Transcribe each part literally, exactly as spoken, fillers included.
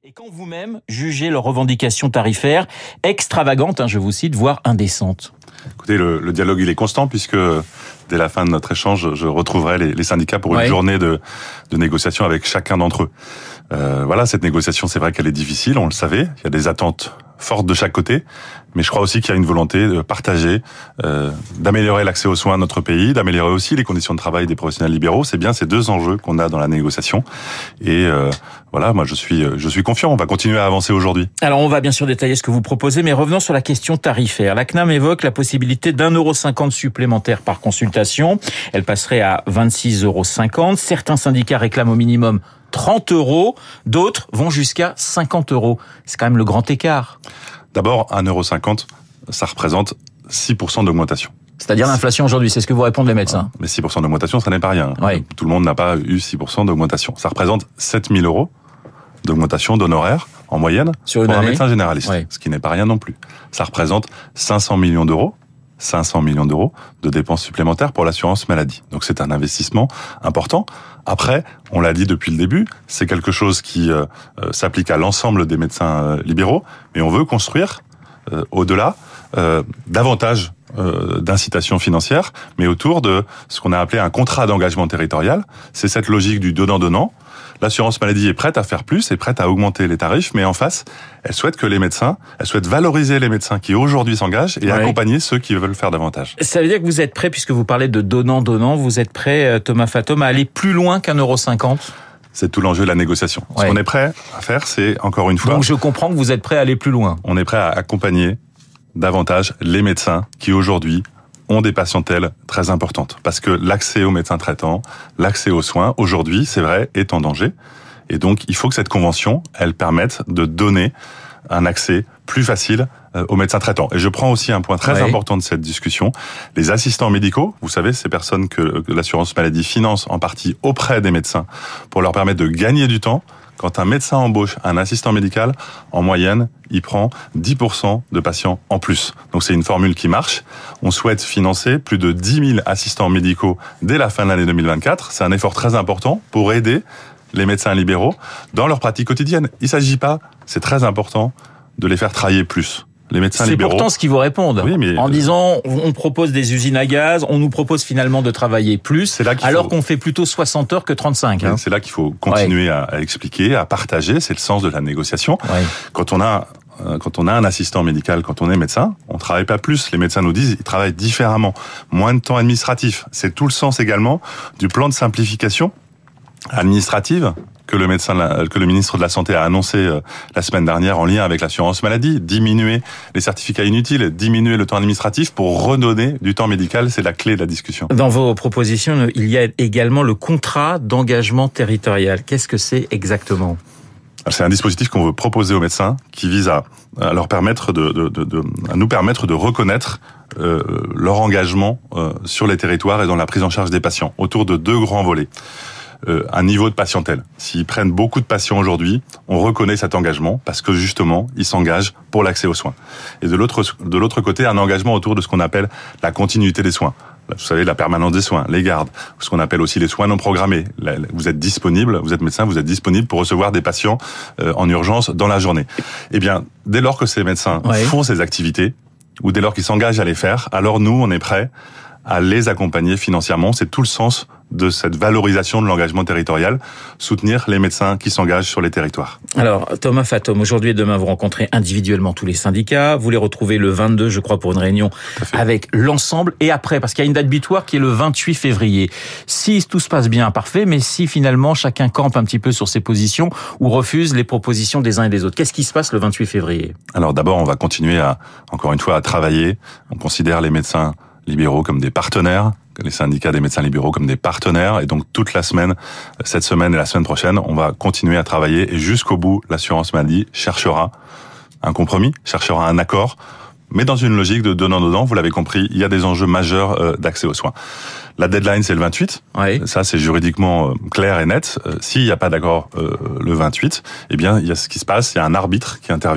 Et quand vous-même jugez leurs revendications tarifaires extravagantes, hein, je vous cite, voire indécentes. Écoutez, le, le dialogue il est constant puisque dès la fin de notre échange, je retrouverai les, les syndicats pour une ouais. journée de, de négociation avec chacun d'entre eux. Euh, voilà, cette négociation, c'est vrai qu'elle est difficile, on le savait. Il y a des attentes fortes de chaque côté, mais je crois aussi qu'il y a une volonté de partager, euh, d'améliorer l'accès aux soins de notre pays, d'améliorer aussi les conditions de travail des professionnels libéraux. C'est bien ces deux enjeux qu'on a dans la négociation. Et euh, voilà, moi je suis, je suis confiant. On va continuer à avancer aujourd'hui. Alors on va bien sûr détailler ce que vous proposez, mais revenons sur la question tarifaire. La C N A M évoque la possibilité d'un euro cinquante supplémentaire par consultation. Elle passerait à vingt-six euros cinquante. Certains syndicats réclament au minimum trente euros, d'autres vont jusqu'à cinquante euros. C'est quand même le grand écart. D'abord, un euro cinquante, ça représente six pour cent d'augmentation. C'est-à-dire l'inflation aujourd'hui, c'est ce que vous répondent les médecins. Mais six pour cent d'augmentation, ça n'est pas rien. Oui. Tout le monde n'a pas eu six pour cent d'augmentation. Ça représente sept mille euros d'augmentation d'honoraires en moyenne sur une pour année. Un médecin généraliste, oui. ce qui n'est pas rien non plus. Ça représente cinq cents millions d'euros. cinq cents millions d'euros de dépenses supplémentaires pour l'assurance maladie. Donc c'est un investissement important. Après, on l'a dit depuis le début, c'est quelque chose qui euh, s'applique à l'ensemble des médecins euh, libéraux, mais on veut construire euh, au-delà euh, davantage euh, d'incitations financières, mais autour de ce qu'on a appelé un contrat d'engagement territorial. C'est cette logique du donnant-donnant. L'assurance maladie est prête à faire plus, est prête à augmenter les tarifs, mais en face, elle souhaite que les médecins, elle souhaite valoriser les médecins qui aujourd'hui s'engagent et oui. accompagner ceux qui veulent faire davantage. Ça veut dire que vous êtes prêt, puisque vous parlez de donnant-donnant, vous êtes prêt, Thomas Fatome, à aller plus loin qu'un euro cinquante ? C'est tout l'enjeu de la négociation. Ouais. Ce qu'on est prêt à faire, c'est encore une fois... Donc je comprends que vous êtes prêt à aller plus loin. On est prêt à accompagner davantage les médecins qui aujourd'hui ont des patientèles très importantes. Parce que l'accès aux médecins traitants, l'accès aux soins, aujourd'hui, c'est vrai, est en danger. Et donc, il faut que cette convention, elle permette de donner un accès plus facile aux médecins traitants. Et je prends aussi un point très oui. important de cette discussion. Les assistants médicaux, vous savez, ces personnes que l'assurance maladie finance en partie auprès des médecins pour leur permettre de gagner du temps. Quand un médecin embauche un assistant médical, en moyenne, il prend dix pour cent de patients en plus. Donc c'est une formule qui marche. On souhaite financer plus de dix mille assistants médicaux dès la fin de l'année deux mille vingt-quatre. C'est un effort très important pour aider les médecins libéraux dans leur pratique quotidienne. Il ne s'agit pas, c'est très important, de les faire travailler plus. Les médecins c'est libéraux. pourtant ce qu'ils vous répondent. Oui, mais en disant, on propose des usines à gaz, on nous propose finalement de travailler plus, c'est là alors faut... qu'on fait plutôt soixante heures que trente-cinq. Hein. C'est là qu'il faut continuer ouais. à, à expliquer, à partager. C'est le sens de la négociation. Ouais. Quand on a Quand on a un assistant médical, quand on est médecin, on travaille pas plus. Les médecins nous disent, ils travaillent différemment. Moins de temps administratif. C'est tout le sens également du plan de simplification administrative que le médecin, que le ministre de la Santé a annoncé la semaine dernière en lien avec l'assurance maladie. Diminuer les certificats inutiles, diminuer le temps administratif pour redonner du temps médical, c'est la clé de la discussion. Dans vos propositions, il y a également le contrat d'engagement territorial. Qu'est-ce que c'est exactement ? C'est un dispositif qu'on veut proposer aux médecins qui vise à, à leur permettre de, de, de, de, à nous permettre de reconnaître euh, leur engagement euh, sur les territoires et dans la prise en charge des patients autour de deux grands volets. Euh, un niveau de patientèle. S'ils prennent beaucoup de patients aujourd'hui, on reconnaît cet engagement parce que justement, ils s'engagent pour l'accès aux soins. Et de l'autre, de l'autre côté, un engagement autour de ce qu'on appelle la continuité des soins. Vous savez, la permanence des soins, les gardes, ce qu'on appelle aussi les soins non programmés. Vous êtes disponible, vous êtes médecin, vous êtes disponible pour recevoir des patients en urgence dans la journée. Eh bien, dès lors que ces médecins ouais. font ces activités, ou dès lors qu'ils s'engagent à les faire, alors nous, on est prêts à les accompagner financièrement. C'est tout le sens de cette valorisation de l'engagement territorial, soutenir les médecins qui s'engagent sur les territoires. Alors, Thomas Fatome, aujourd'hui et demain, vous rencontrez individuellement tous les syndicats. Vous les retrouvez le vingt-deux, je crois, pour une réunion avec l'ensemble. Et après, parce qu'il y a une date butoir qui est le vingt-huit février. Si tout se passe bien, parfait. Mais si finalement, chacun campe un petit peu sur ses positions ou refuse les propositions des uns et des autres, qu'est-ce qui se passe le vingt-huit février ? Alors d'abord, on va continuer à, encore une fois, à travailler. On considère les médecins libéraux comme des partenaires, les syndicats des médecins libéraux comme des partenaires. Et donc, toute la semaine, cette semaine et la semaine prochaine, on va continuer à travailler. Et jusqu'au bout, l'assurance maladie cherchera un compromis, cherchera un accord, mais dans une logique de donnant-donnant. Vous l'avez compris, il y a des enjeux majeurs d'accès aux soins. La deadline, c'est le vingt-huit. Oui. Ça, c'est juridiquement clair et net. S'il n'y a pas d'accord le vingt-huit, eh bien, il y a ce qui se passe. Il y a un arbitre qui intervient,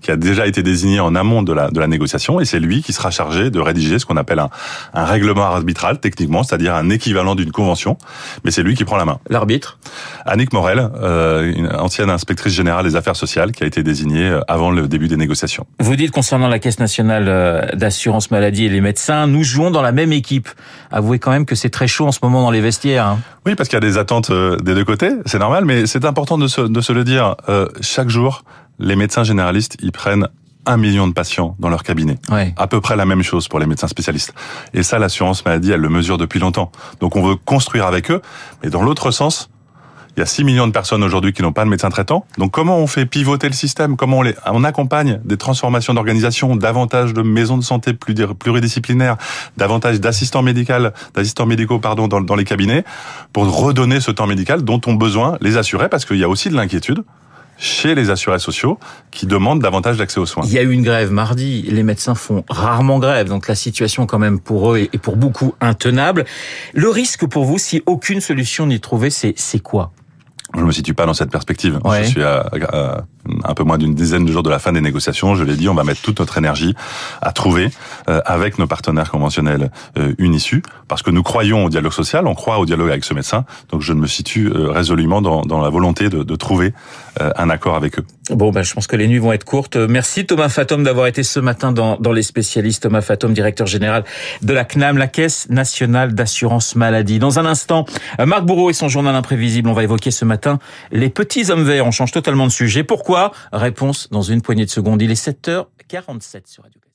qui a déjà été désigné en amont de la, de la négociation, et c'est lui qui sera chargé de rédiger ce qu'on appelle un, un règlement arbitral, techniquement, c'est-à-dire un équivalent d'une convention, mais c'est lui qui prend la main. L'arbitre ? Annick Morel, euh, une ancienne inspectrice générale des affaires sociales, qui a été désignée avant le début des négociations. Vous dites concernant la Caisse nationale d'assurance maladie et les médecins, nous jouons dans la même équipe. Avouez quand même que c'est très chaud en ce moment dans les vestiaires. Hein. Oui, parce qu'il y a des attentes des deux côtés, c'est normal, mais c'est important de se, de se le dire. Euh, chaque jour, les médecins généralistes, ils prennent un million de patients dans leur cabinet. Ouais. À peu près la même chose pour les médecins spécialistes. Et ça, l'assurance maladie, elle le mesure depuis longtemps. Donc on veut construire avec eux, mais dans l'autre sens, il y a six millions de personnes aujourd'hui qui n'ont pas de médecin traitant. Donc comment on fait pivoter le système? Comment on, les, on accompagne des transformations d'organisation, davantage de maisons de santé pluridisciplinaires, davantage d'assistants médicaux, d'assistants médicaux pardon, dans, dans les cabinets, pour redonner ce temps médical dont ont besoin les assurés, parce qu'il y a aussi de l'inquiétude chez les assurés sociaux qui demandent davantage d'accès aux soins. Il y a eu une grève mardi, les médecins font rarement grève, donc la situation quand même pour eux est pour beaucoup intenable. Le risque pour vous, si aucune solution n'est trouvée, c'est, c'est quoi ? Je me situe pas dans cette perspective. Ouais. Je suis à, à un peu moins d'une dizaine de jours de la fin des négociations. Je l'ai dit, on va mettre toute notre énergie à trouver, euh, avec nos partenaires conventionnels, euh, une issue, parce que nous croyons au dialogue social, on croit au dialogue avec ce médecin. Donc je me situe euh, résolument dans, dans la volonté de, de trouver euh, un accord avec eux. Bon, ben, je pense que les nuits vont être courtes. Merci Thomas Fathomme d'avoir été ce matin dans, dans les spécialistes. Thomas Fathomme, directeur général de la C N A M, la Caisse nationale d'assurance maladie. Dans un instant, Marc Bourreau et son journal imprévisible. On va évoquer ce matin les petits hommes verts. On change totalement de sujet. Pourquoi ? Réponse dans une poignée de secondes. Il est sept heures quarante-sept sur Radio Classique.